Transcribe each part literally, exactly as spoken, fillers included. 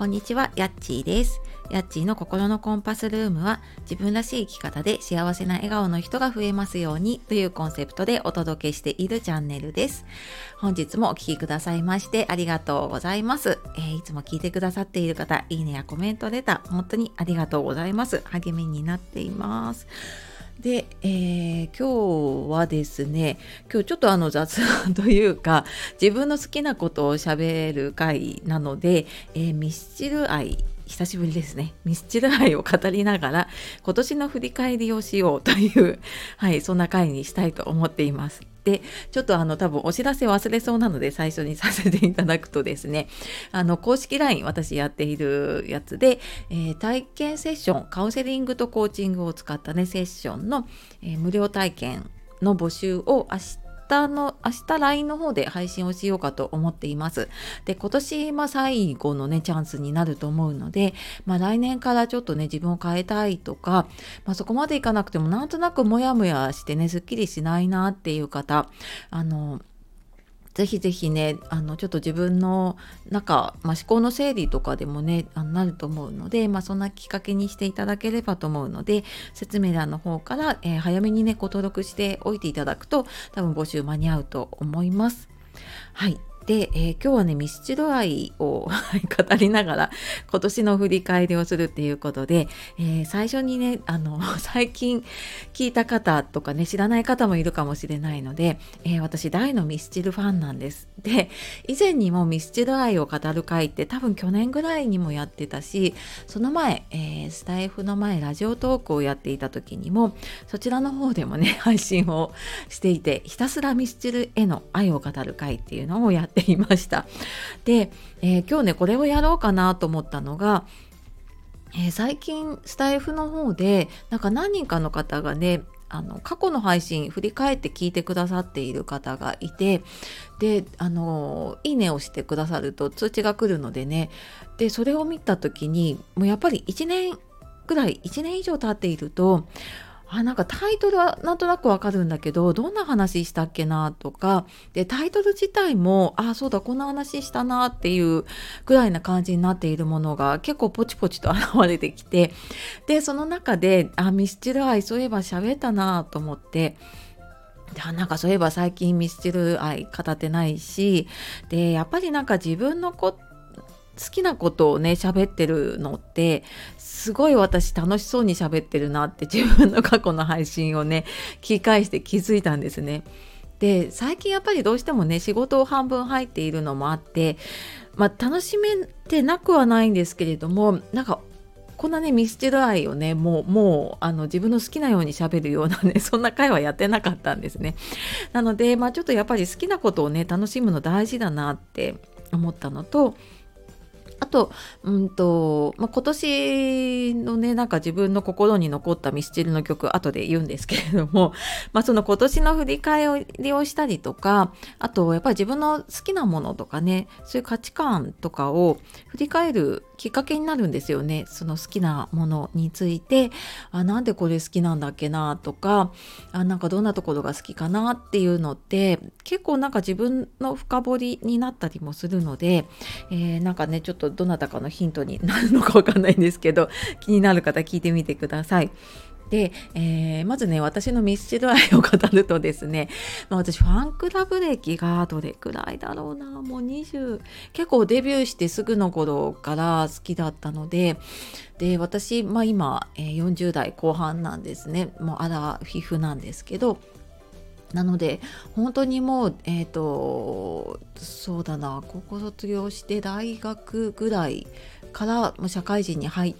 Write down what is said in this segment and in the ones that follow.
こんにちは、やっちーです。やっちーの心のコンパスルームは、自分らしい生き方で幸せな笑顔の人が増えますようにというコンセプトでお届けしているチャンネルです。本日もお聞きくださいましてありがとうございます。えー、いつも聞いてくださっている方、いいねやコメントレター本当にありがとうございます。励みになっています。で、えー、今日はですね、今日ちょっとあの雑談というか、自分の好きなことを喋る回なので、えー、ミスチル愛、久しぶりですね。ミスチル愛を語りながら、今年の振り返りをしようという、はい、そんな回にしたいと思っています。で、ちょっとあの多分お知らせ忘れそうなので最初にさせていただくとですね、あの公式 ライン 私やっているやつで、えー、体験セッション、カウンセリングとコーチングを使ったねセッションの、えー、無料体験の募集を明日明日の明日 ライン の方で配信をしようかと思っています。で、今年、まあ、最後のねチャンスになると思うので、まあ、来年からちょっとね自分を変えたいとか、まあ、そこまでいかなくてもなんとなくモヤモヤしてねすっきりしないなっていう方、あのぜひぜひね、あのちょっと自分の中、まあ、思考の整理とかでもねあのなると思うので、まあ、そんなきっかけにしていただければと思うので、説明欄の方から、えー早めにねご登録しておいていただくと多分募集間に合うと思います。はい。で、えー今日はねミスチル愛をはい語りながら今年の振り返りをするっていうことで、えー最初にねあの最近聞いた方とかね知らない方もいるかもしれないので、えー私大のミスチルファンなんです。で、以前にもミスチル愛を語る回って多分去年ぐらいにもやってたし、その前、えースタイフの前ラジオトークをやっていた時にもそちらの方でもね配信をしていて、ひたすらミスチルへの愛を語る会っていうのをやっていました。で、えー今日ねこれをやろうかなと思ったのが、えー最近スタイフの方でなんか何人かの方がねあの過去の配信振り返って聞いてくださっている方がいて、であのいいねをしてくださると通知が来るのでね、でそれを見た時にもうやっぱりいちねんぐらいいちねん以上経っていると、あ、なんかタイトルはなんとなくわかるんだけどどんな話したっけなとか、でタイトル自体もあそうだこんな話したなっていうぐらいな感じになっているものが結構ポチポチと現れてきて、でその中であミスチル愛そういえば喋ったなと思って、であなんかそういえば最近ミスチル愛語ってないし、でやっぱりなんか自分のこ好きなことをね喋ってるのってすごい私楽しそうに喋ってるなって自分の過去の配信をね聞き返して気づいたんですね。で最近やっぱりどうしてもね仕事を半分入っているのもあって、まあ楽しめてなくはないんですけれども、なんかこんなねミスチル愛をねもうもうあの自分の好きなように喋るようなねそんな会はやってなかったんですね。なのでまあちょっとやっぱり好きなことをね楽しむの大事だなって思ったのと、あと、うんとまあ、今年のねなんか自分の心に残ったミスチルの曲後で言うんですけれども、まあ、その今年の振り返りをしたりとか、あとやっぱり自分の好きなものとかねそういう価値観とかを振り返るきっかけになるんですよね。その好きなものについて、あなんでこれ好きなんだっけなとか、あなんかどんなところが好きかなっていうのって結構なんか自分の深掘りになったりもするので、えーなんかねちょっとどなたかのヒントになるのかわかんないんですけど、気になる方聞いてみてください。で、えーまずね私のミスチル愛を語るとですね、まあ、私ファンクラブ歴がどれくらいだろうな、もうにじゅう結構デビューしてすぐの頃から好きだったので、で私、まあ、今、えーよんじゅう代後半なんですね。もうアラフィフなんですけど、なので本当にもうえっ、とそうだな高校卒業して大学ぐらいからもう社会人に入って、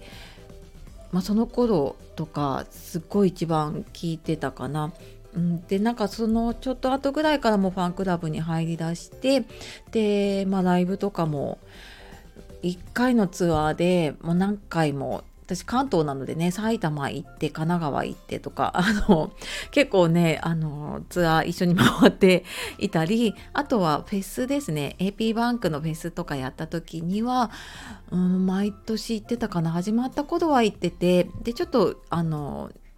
まあ、その頃とかすっごい一番聞いてたかな。うん、でなんかそのちょっと後ぐらいからもファンクラブに入りだして、で、まあ、ライブとかもいっかいのツアーでもう何回も、私関東なのでね埼玉行って神奈川行ってとかあの結構ねあのツアー一緒に回っていたり、あとはフェスですね エーピー バンクのフェスとかやった時には、うん、毎年行ってたかな。始まった頃は行ってて、でちょっとあの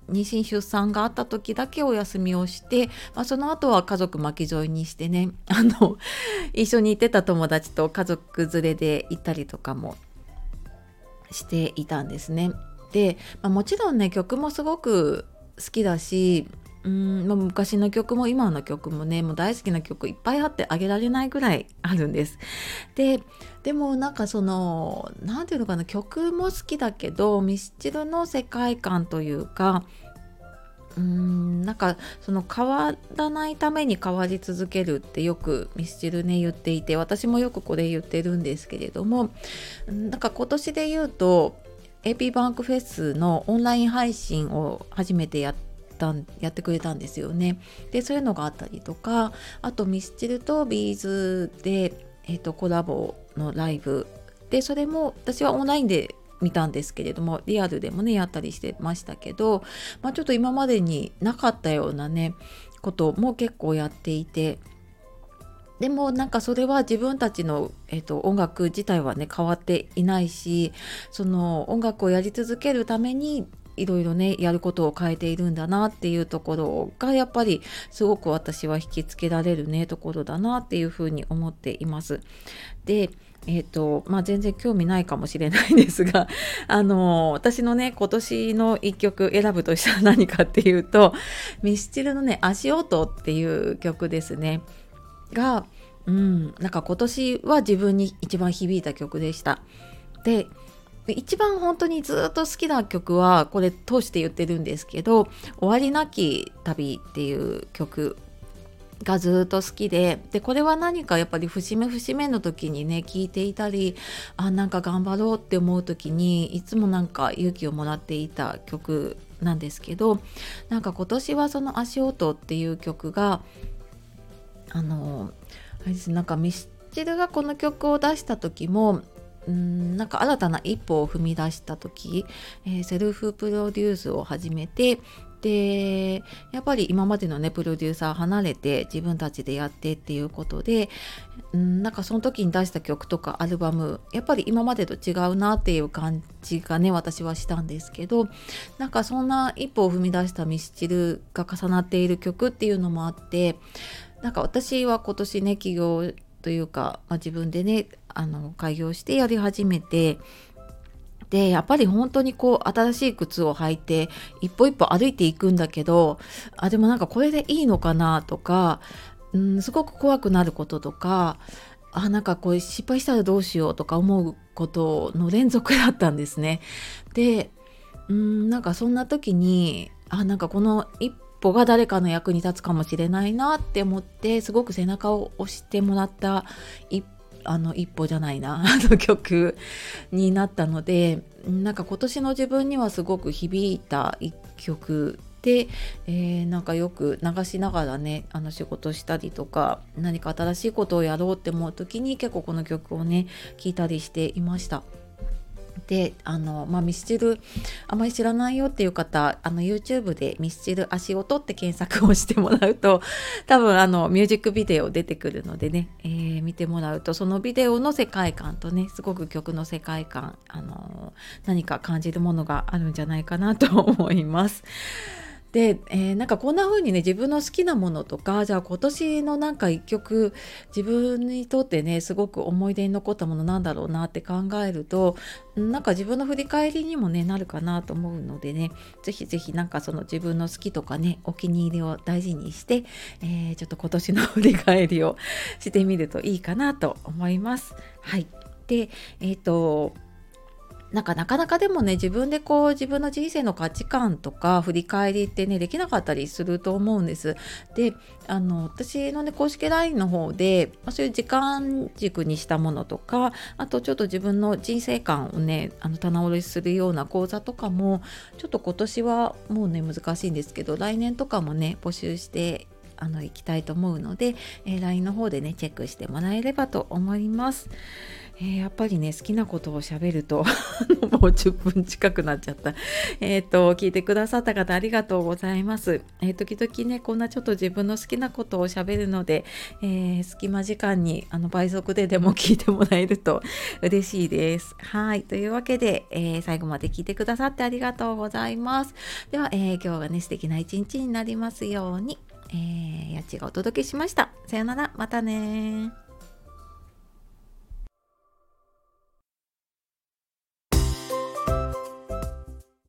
妊娠出産があった時だけお休みをして、まあ、その後は家族巻き添えにしてね、あの一緒に行ってた友達と家族連れで行ったりとかもしていたんですね。で、まあ、もちろんね曲もすごく好きだし、うーん、まあ、昔の曲も今の曲もねもう大好きな曲いっぱいあってあげられないぐらいあるんです。ででもなんかそのなんていうのかな、曲も好きだけどミスチルの世界観というか、うーんなんかその変わらないために変わり続けるってよくミスチルね言っていて、私もよくこれ言ってるんですけれども、うんなんか今年で言うと エーピー バンクフェスのオンライン配信を初めてやったんやってくれたんですよね。でそういうのがあったりとか、あとミスチルとビーズで、えー、とコラボのライブで、それも私はオンラインで見たんですけれども、リアルでもねやったりしてましたけど、まあ、ちょっと今までになかったようなねことも結構やっていて、でもなんかそれは自分たちの、えー、と音楽自体はね変わっていないし、その音楽をやり続けるためにいろいろねやることを変えているんだなっていうところがやっぱりすごく私は引きつけられるねところだなっていうふうに思っています。でえーとまあ、全然興味ないかもしれないですがあの私のね今年の一曲選ぶとしたら何かっていうと、ミスチルのね足音っていう曲ですねが、うん、なんか今年は自分に一番響いた曲でした。で一番本当にずっと好きな曲はこれ通して言ってるんですけど、終わりなき旅っていう曲がずっと好きで、でこれは何かやっぱり節目節目の時にね聴いていたり、あなんか頑張ろうって思う時にいつもなんか勇気をもらっていた曲なんですけど、なんか今年はその足音っていう曲があのあれです、なんかミスチルがこの曲を出した時もうーんなんか新たな一歩を踏み出した時、えーセルフプロデュースを始めて、でやっぱり今までのねプロデューサー離れて自分たちでやってっていうことで、うんなんかその時に出した曲とかアルバムやっぱり今までと違うなっていう感じがね私はしたんですけど、なんかそんな一歩を踏み出したミスチルが重なっている曲っていうのもあって、なんか私は今年ね起業というか、まあ、自分でねあの開業してやり始めて、でやっぱり本当にこう新しい靴を履いて一歩一歩歩いていくんだけど、あでもなんかこれでいいのかなとか、うんすごく怖くなることとか、あなんかこう失敗したらどうしようとか思うことの連続だったんですね。でうんなんかそんな時にあなんかこの一歩が誰かの役に立つかもしれないなって思って、すごく背中を押してもらった一あの一歩じゃないなあの曲になったので、なんか今年の自分にはすごく響いた一曲で、えーなんかよく流しながらねあの仕事したりとか何か新しいことをやろうって思う時に結構この曲をね聴いたりしていました。であの、まあ、ミスチルあまり知らないよっていう方、あの YouTube でミスチル足音って検索をしてもらうと多分あのミュージックビデオ出てくるのでね、えー見てもらうとそのビデオの世界観とねすごく曲の世界観、あの何か感じるものがあるんじゃないかなと思います。で、えーなんかこんな風にね自分の好きなものとか、じゃあ今年のなんか一曲自分にとってねすごく思い出に残ったものなんだろうなって考えると、んなんか自分の振り返りにもねなるかなと思うのでね、ぜひぜひなんかその自分の好きとかねお気に入りを大事にして、えーちょっと今年の振り返りをしてみるといいかなと思います。はい。で、えっ、となんかなかなかでもね自分でこう自分の人生の価値観とか振り返りってねできなかったりすると思うんです。であの私のね公式 ライン の方で、まあ、そういう時間軸にしたものとか、あとちょっと自分の人生観をねあの棚卸しするような講座とかもちょっと今年はもうね難しいんですけど来年とかもね募集してあのいきたいと思うので、えー、ライン の方でねチェックしてもらえればと思います。えー、やっぱりね好きなことを喋るともうじゅっぷん近くなっちゃった。えっと聞いてくださった方ありがとうございます。えー、時々ねこんなちょっと自分の好きなことを喋るので、えー、隙間時間にあの倍速ででも聞いてもらえると嬉しいです。はい、というわけで、えー、最後まで聞いてくださってありがとうございます。では、えー、今日がね素敵な一日になりますように、えー、やっちがお届けしました。さよなら、またね。